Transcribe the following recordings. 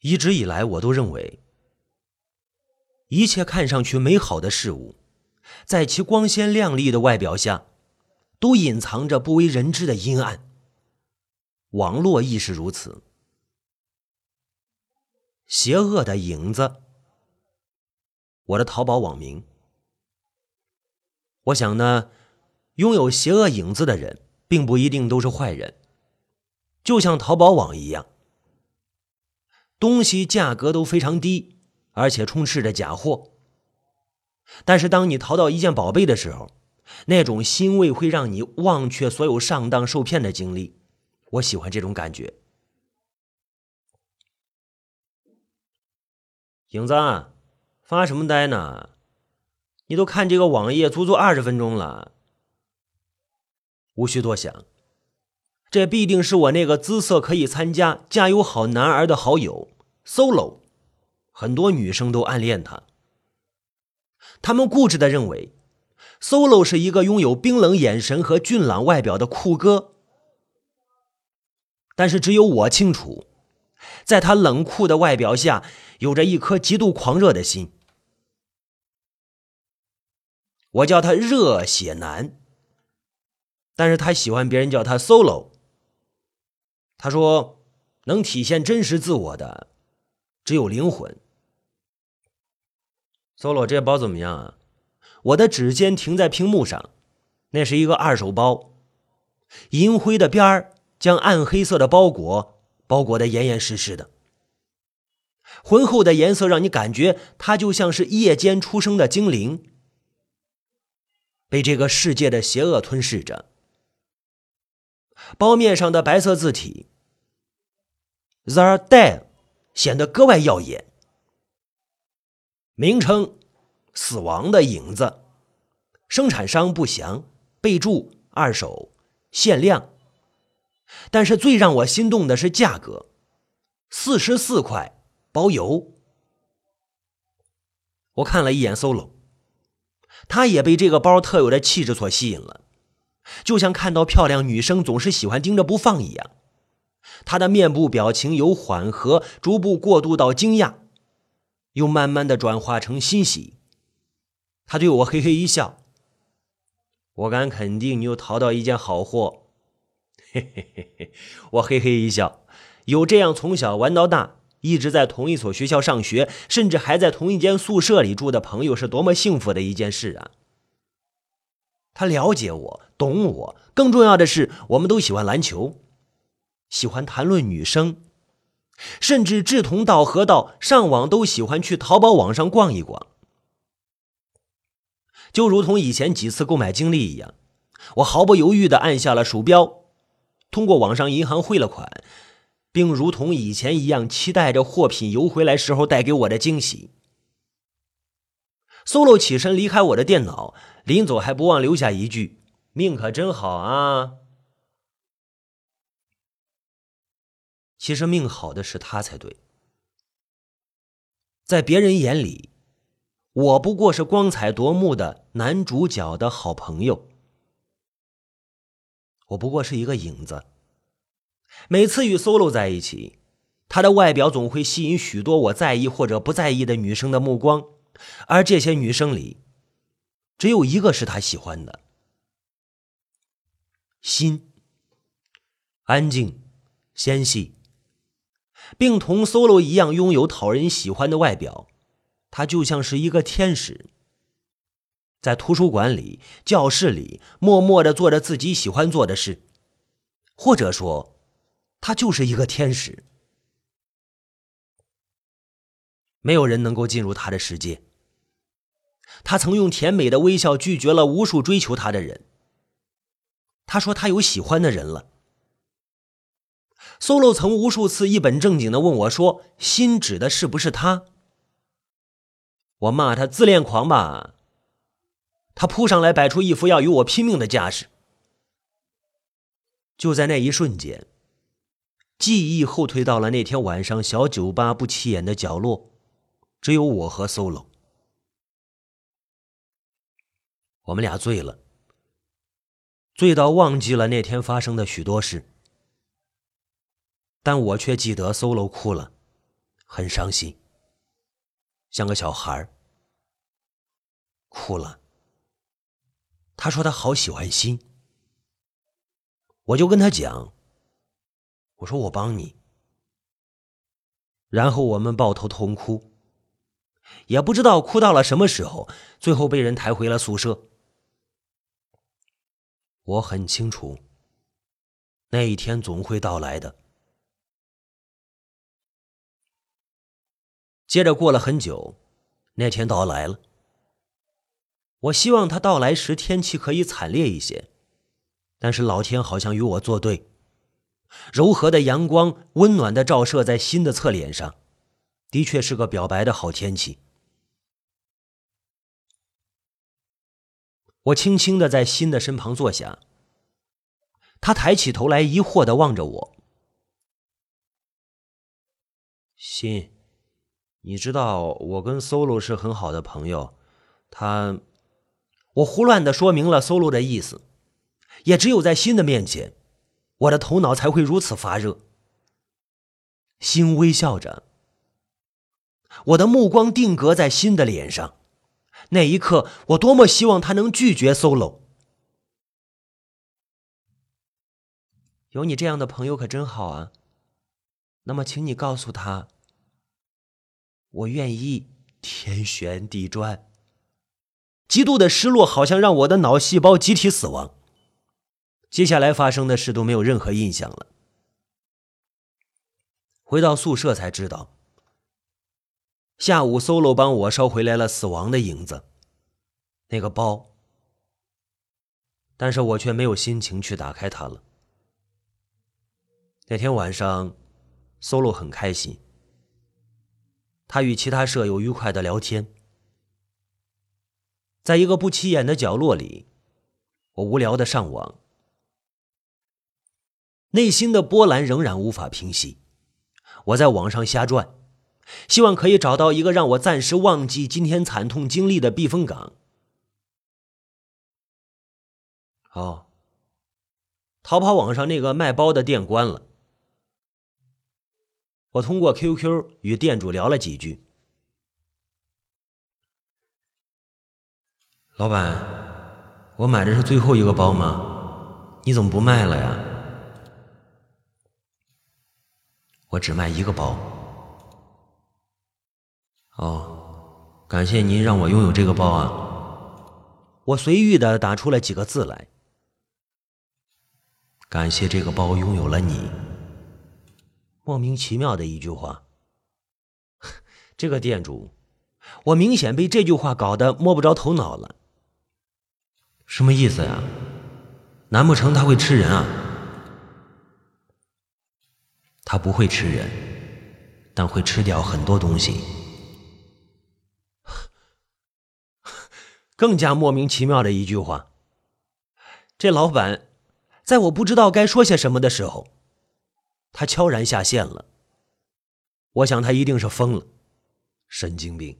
一直以来我都认为，一切看上去美好的事物，在其光鲜亮丽的外表下，都隐藏着不为人知的阴暗。网络亦是如此。邪恶的影子，我的淘宝网名。我想呢，拥有邪恶影子的人并不一定都是坏人，就像淘宝网一样，东西价格都非常低，而且充斥着假货。但是当你淘到一件宝贝的时候，那种欣慰会让你忘却所有上当受骗的经历。我喜欢这种感觉。影子，发什么呆呢？你都看这个网页足足20分钟了。无需多想，这必定是我那个姿色可以参加加油好男儿的好友 Solo， 很多女生都暗恋他。他们固执地认为 Solo 是一个拥有冰冷眼神和俊朗外表的酷哥，但是只有我清楚，在他冷酷的外表下有着一颗极度狂热的心。我叫他热血男，但是他喜欢别人叫他 Solo。 他说能体现真实自我的只有灵魂。 Solo， 这包怎么样啊？我的指尖停在屏幕上，那是一个二手包，银灰的边儿将暗黑色的包裹得严严实实的，浑厚的颜色让你感觉它就像是夜间出生的精灵，被这个世界的邪恶吞噬着。包面上的白色字体 The Dead 显得格外耀眼，名称死亡的影子，生产商不详，备注二手，限量。但是最让我心动的是价格，44块包邮。我看了一眼 Solo， 他也被这个包特有的气质所吸引了，就像看到漂亮女生总是喜欢盯着不放一样。他的面部表情由缓和逐步过渡到惊讶，又慢慢的转化成欣喜。他对我嘿嘿一笑，我敢肯定你又淘到一件好货。嘿嘿嘿嘿，我嘿嘿一笑，有这样从小玩到大，一直在同一所学校上学，甚至还在同一间宿舍里住的朋友是多么幸福的一件事啊！他了解我，懂我，更重要的是我们都喜欢篮球，喜欢谈论女生，甚至志同道合到上网都喜欢去淘宝网上逛一逛。就如同以前几次购买经历一样，我毫不犹豫地按下了鼠标，通过网上银行汇了款，并如同以前一样期待着货品邮回来时候带给我的惊喜。Solo 起身离开我的电脑，临走还不忘留下一句：命可真好啊。其实命好的是他才对。在别人眼里，我不过是光彩夺目的男主角的好朋友，我不过是一个影子。每次与 Solo 在一起，他的外表总会吸引许多我在意或者不在意的女生的目光，而这些女生里，只有一个是他喜欢的。心安静纤细，并同 Solo 一样拥有讨人喜欢的外表，他就像是一个天使，在图书馆里、教室里默默地做着自己喜欢做的事，或者说他就是一个天使。没有人能够进入他的世界。他曾用甜美的微笑拒绝了无数追求他的人。他说他有喜欢的人了。Solo 曾无数次一本正经地问我说，心指的是不是他？我骂他自恋狂吧。他扑上来摆出一副要与我拼命的架势。就在那一瞬间，记忆后退到了那天晚上小酒吧不起眼的角落，只有我和 Solo。 我们俩醉了，醉到忘记了那天发生的许多事，但我却记得 Solo 哭了， 很伤心，像个小孩，哭了。他说他好喜欢欣，我就跟他讲，我说我帮你。然后我们抱头痛哭，也不知道哭到了什么时候，最后被人抬回了宿舍。我很清楚，那一天总会到来的。接着过了很久，那天到来了。我希望它到来时天气可以惨烈一些，但是老天好像与我作对，柔和的阳光温暖地照射在欣的侧脸上，的确是个表白的好天气。我轻轻地在欣的身旁坐下，他抬起头来疑惑地望着我。欣，你知道我跟 Solo 是很好的朋友，我胡乱地说明了 Solo 的意思，也只有在欣的面前，我的头脑才会如此发热。欣微笑着，我的目光定格在欣的脸上，那一刻我多么希望他能拒绝 Solo。 有你这样的朋友可真好啊，那么请你告诉他，我愿意天旋地转。极度的失落好像让我的脑细胞集体死亡，接下来发生的事都没有任何印象了。回到宿舍才知道，下午 Solo 帮我捎回来了死亡的影子，那个包，但是我却没有心情去打开它了。那天晚上 Solo 很开心，他与其他舍友愉快地聊天。在一个不起眼的角落里，我无聊地上网，内心的波澜仍然无法平息。我在网上瞎转，希望可以找到一个让我暂时忘记今天惨痛经历的避风港。淘宝网上那个卖包的店关了。我通过 QQ 与店主聊了几句。老板，我买的是最后一个包吗？你怎么不卖了呀？我只卖一个包。感谢您让我拥有这个包啊。我随意地打出了几个字来。感谢这个包拥有了你。莫名其妙的一句话。这个店主，我明显被这句话搞得摸不着头脑了。什么意思呀？难不成他会吃人啊？他不会吃人，但会吃掉很多东西。更加莫名其妙的一句话。这老板在我不知道该说些什么的时候，他悄然下线了。我想他一定是疯了，神经病。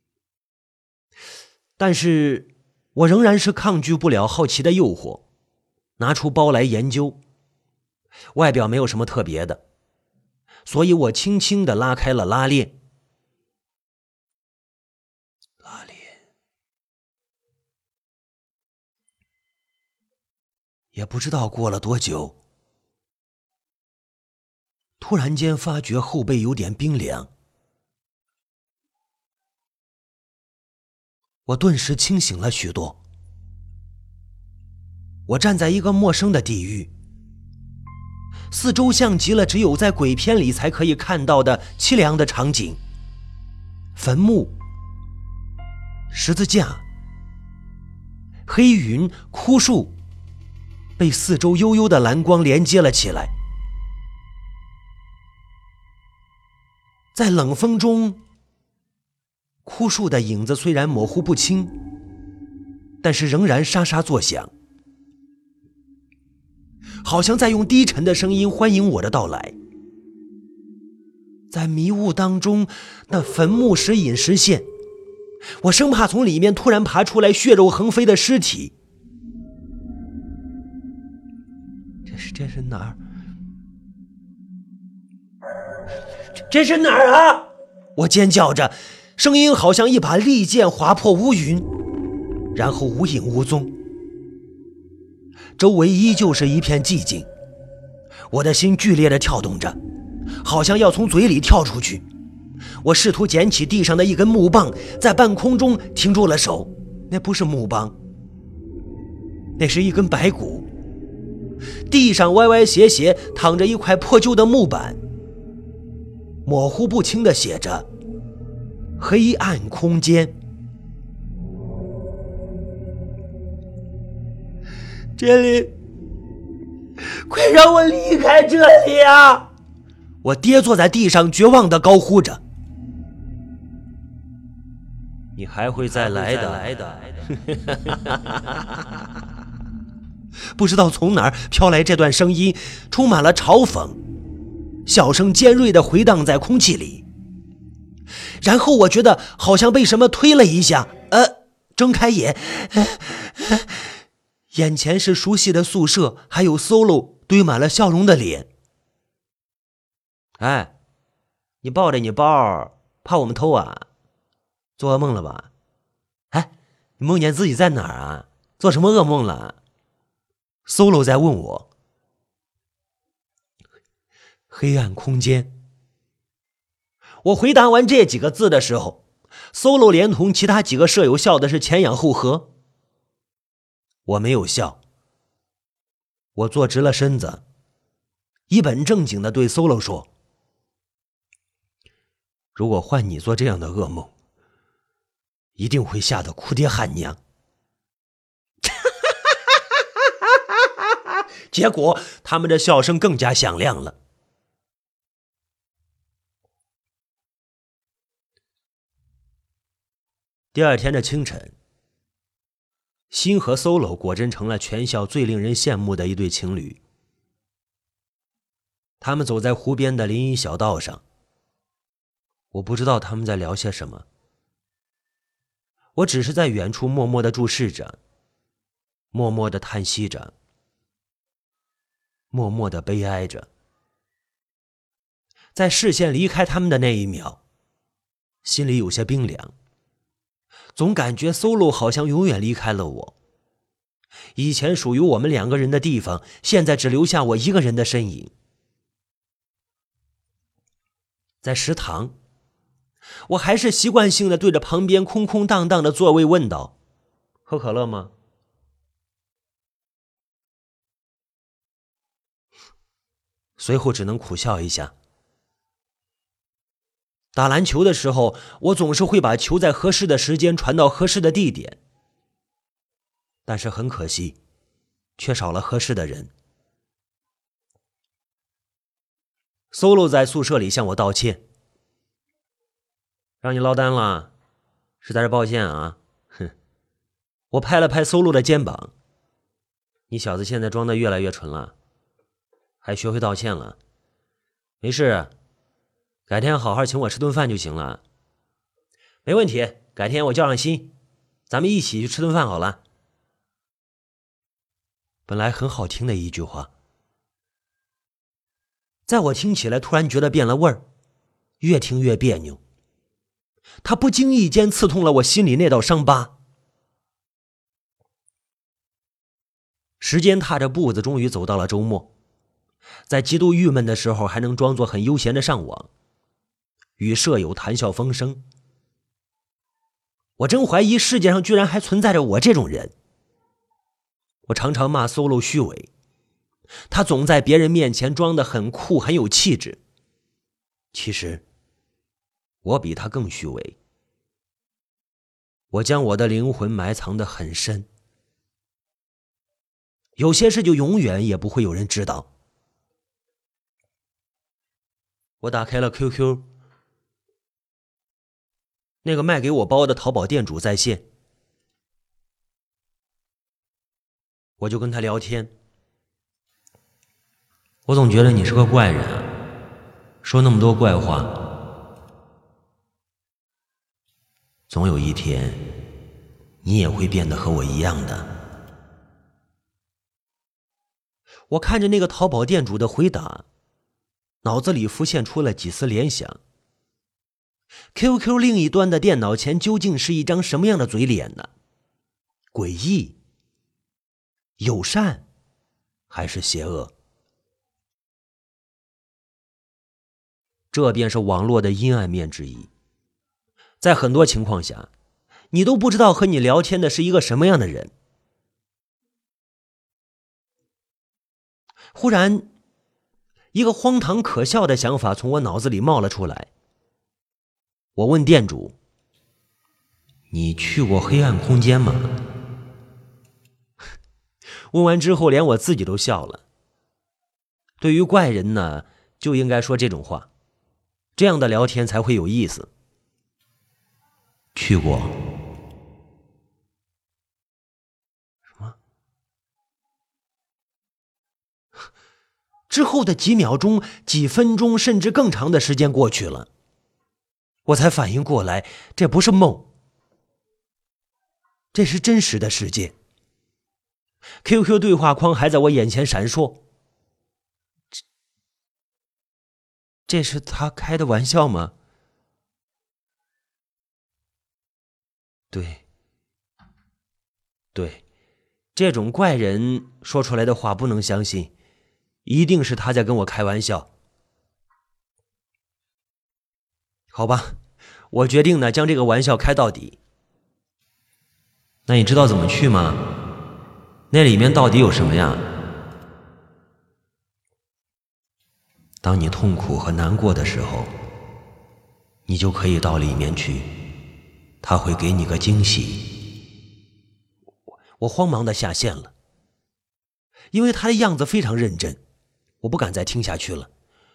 但是我仍然是抗拒不了好奇的诱惑，拿出包来研究。外表没有什么特别的，所以我轻轻地拉开了拉链。拉链。也不知道过了多久，突然间发觉后背有点冰凉，我顿时清醒了许多。我站在一个陌生的地域，四周像极了只有在鬼片里才可以看到的凄凉的场景：坟墓、十字架、黑云、枯树，被四周幽幽的蓝光连接了起来。在冷风中，枯树的影子虽然模糊不清，但是仍然沙沙作响，好像在用低沉的声音欢迎我的到来。在迷雾当中，那坟墓时隐时现，我生怕从里面突然爬出来血肉横飞的尸体。这是哪儿？这是哪儿啊？ 我尖叫着，声音好像一把利剑划破乌云，然后无影无踪。周围依旧是一片寂静，我的心剧烈地跳动着，好像要从嘴里跳出去。我试图捡起地上的一根木棒，在半空中停住了手。那不是木棒，那是一根白骨。地上歪歪斜斜躺着一块破旧的木板，模糊不清地写着“黑暗空间”。这里，快让我离开这里啊！我跌坐在地上，绝望地高呼着。你还会再来的。不知道从哪儿飘来这段声音，充满了嘲讽，笑声尖锐地回荡在空气里。然后我觉得好像被什么推了一下，睁开眼，眼前是熟悉的宿舍，还有 Solo 堆满了笑容的脸。哎，你抱着你包，怕我们偷啊？做噩梦了吧？哎，你梦见自己在哪儿啊？做什么噩梦了？ Solo 在问我。黑暗空间。我回答完这几个字的时候， Solo 连同其他几个舍友笑的是前仰后合。我没有笑，我坐直了身子，一本正经地对 Solo 说：如果换你做这样的噩梦，一定会吓得哭爹喊娘。结果他们的笑声更加响亮了。第二天的清晨，辛和 Solo 果真成了全校最令人羡慕的一对情侣。他们走在湖边的林荫小道上，我不知道他们在聊些什么，我只是在远处默默地注视着，默默地叹息着，默默地悲哀着。在视线离开他们的那一秒，心里有些冰凉，总感觉 Solo 好像永远离开了我。以前属于我们两个人的地方，现在只留下我一个人的身影。在食堂，我还是习惯性的对着旁边空空荡荡的座位问道：喝可乐吗？随后只能苦笑一下。打篮球的时候，我总是会把球在合适的时间传到合适的地点，但是很可惜，缺少了合适的人。Solo 在宿舍里向我道歉，让你落单了，实在是抱歉啊。哼，我拍了拍 Solo 的肩膀，你小子现在装得越来越纯了，还学会道歉了。没事，改天好好请我吃顿饭就行了。没问题，改天我叫上心，咱们一起去吃顿饭好了。本来很好听的一句话，在我听起来突然觉得变了味儿，越听越别扭。它不经意间刺痛了我心里那道伤疤。时间踏着步子终于走到了周末，在极度郁闷的时候还能装作很悠闲的上网，与舍友谈笑风生。我真怀疑世界上居然还存在着我这种人。我常常骂 Solo 虚伪，他总在别人面前装得很酷很有气质，其实我比他更虚伪。我将我的灵魂埋藏得很深，有些事就永远也不会有人知道。我打开了 QQ， 那个卖给我包的淘宝店主在线，我就跟他聊天。我总觉得你是个怪人啊，说那么多怪话。总有一天，你也会变得和我一样的。我看着那个淘宝店主的回答，脑子里浮现出了几丝联想。 QQ 另一端的电脑前究竟是一张什么样的嘴脸呢？诡异、友善，还是邪恶？这便是网络的阴暗面之一。在很多情况下，你都不知道和你聊天的是一个什么样的人。忽然，一个荒唐可笑的想法从我脑子里冒了出来。我问店主：“你去过黑暗空间吗？”问完之后，连我自己都笑了。对于怪人呢，就应该说这种话，这样的聊天才会有意思。去过。什么？之后的几秒钟、几分钟，甚至更长的时间过去了，我才反应过来，这不是梦，这是真实的世界。QQ 对话框还在我眼前闪烁。这是他开的玩笑吗？对，这种怪人说出来的话不能相信，一定是他在跟我开玩笑。好吧，我决定呢将这个玩笑开到底。那你知道怎么去吗？那里面到底有什么呀？当你痛苦和难过的时候，你就可以到里面去，他会给你个惊喜。我慌忙地下线了，因为他的样子非常认真，我不敢再听下去了。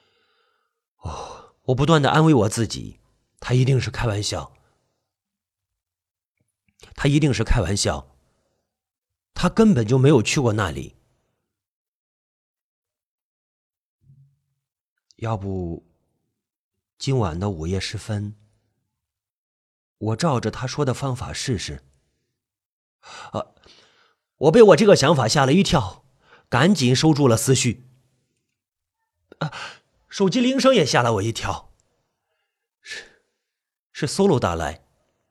我不断地安慰我自己，他一定是开玩笑，他根本就没有去过那里。要不今晚的午夜时分，我照着他说的方法试试。我被我这个想法吓了一跳，赶紧收住了思绪。手机铃声也吓了我一跳，是 Solo 打来。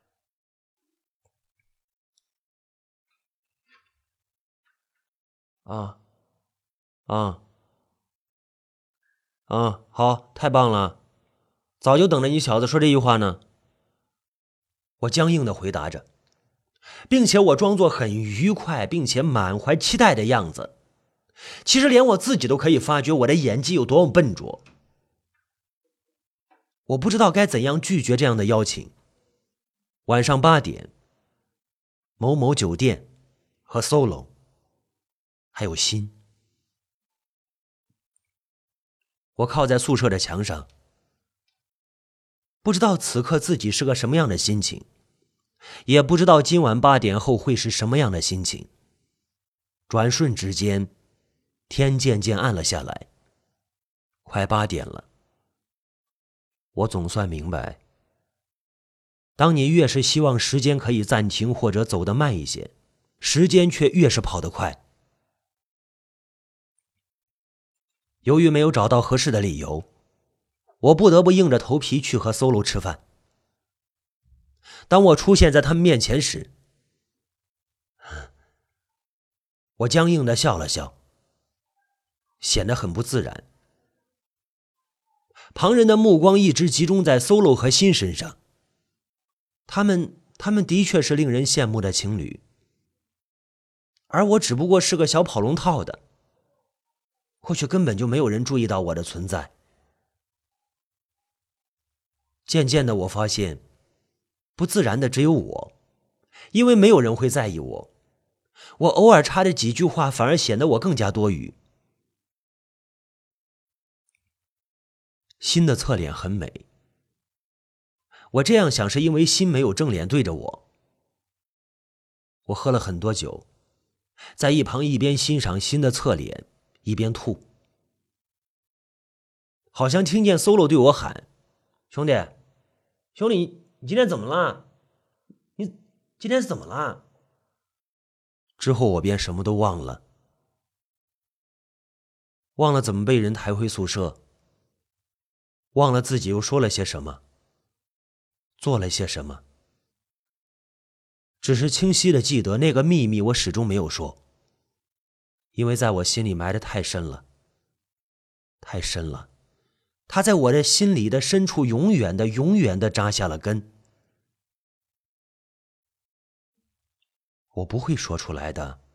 好，太棒了，早就等着你小子说这句话呢。我僵硬地回答着，并且我装作很愉快并且满怀期待的样子。其实连我自己都可以发觉我的演技有多么笨拙。我不知道该怎样拒绝这样的邀请。晚上8点，某某酒店和 Solo， 还有心。我靠在宿舍的墙上，不知道此刻自己是个什么样的心情，也不知道今晚8点后会是什么样的心情。转瞬之间，天渐渐暗了下来，快8点了。我总算明白，当你越是希望时间可以暂停或者走得慢一些，时间却越是跑得快。由于没有找到合适的理由，我不得不硬着头皮去和 Solo 吃饭。当我出现在他们面前时，我僵硬地笑了笑，显得很不自然。旁人的目光一直集中在 Solo 和心身上，他们的确是令人羡慕的情侣，而我只不过是个小跑龙套的，或许根本就没有人注意到我的存在。渐渐的，我发现不自然的只有我，因为没有人会在意我，我偶尔插的几句话反而显得我更加多余。心的侧脸很美，我这样想是因为心没有正脸对着我。我喝了很多酒，在一旁一边欣赏心的侧脸，一边吐。好像听见 Solo 对我喊：“兄弟，你今天怎么了？你今天怎么了？”之后我便什么都忘了，忘了怎么被人抬回宿舍，忘了自己又说了些什么。 做了些什么。只是清晰的记得那个秘密我始终没有说，因为在我心里埋得太深了，太深了。它在我的心里的深处永远的扎下了根。我不会说出来的。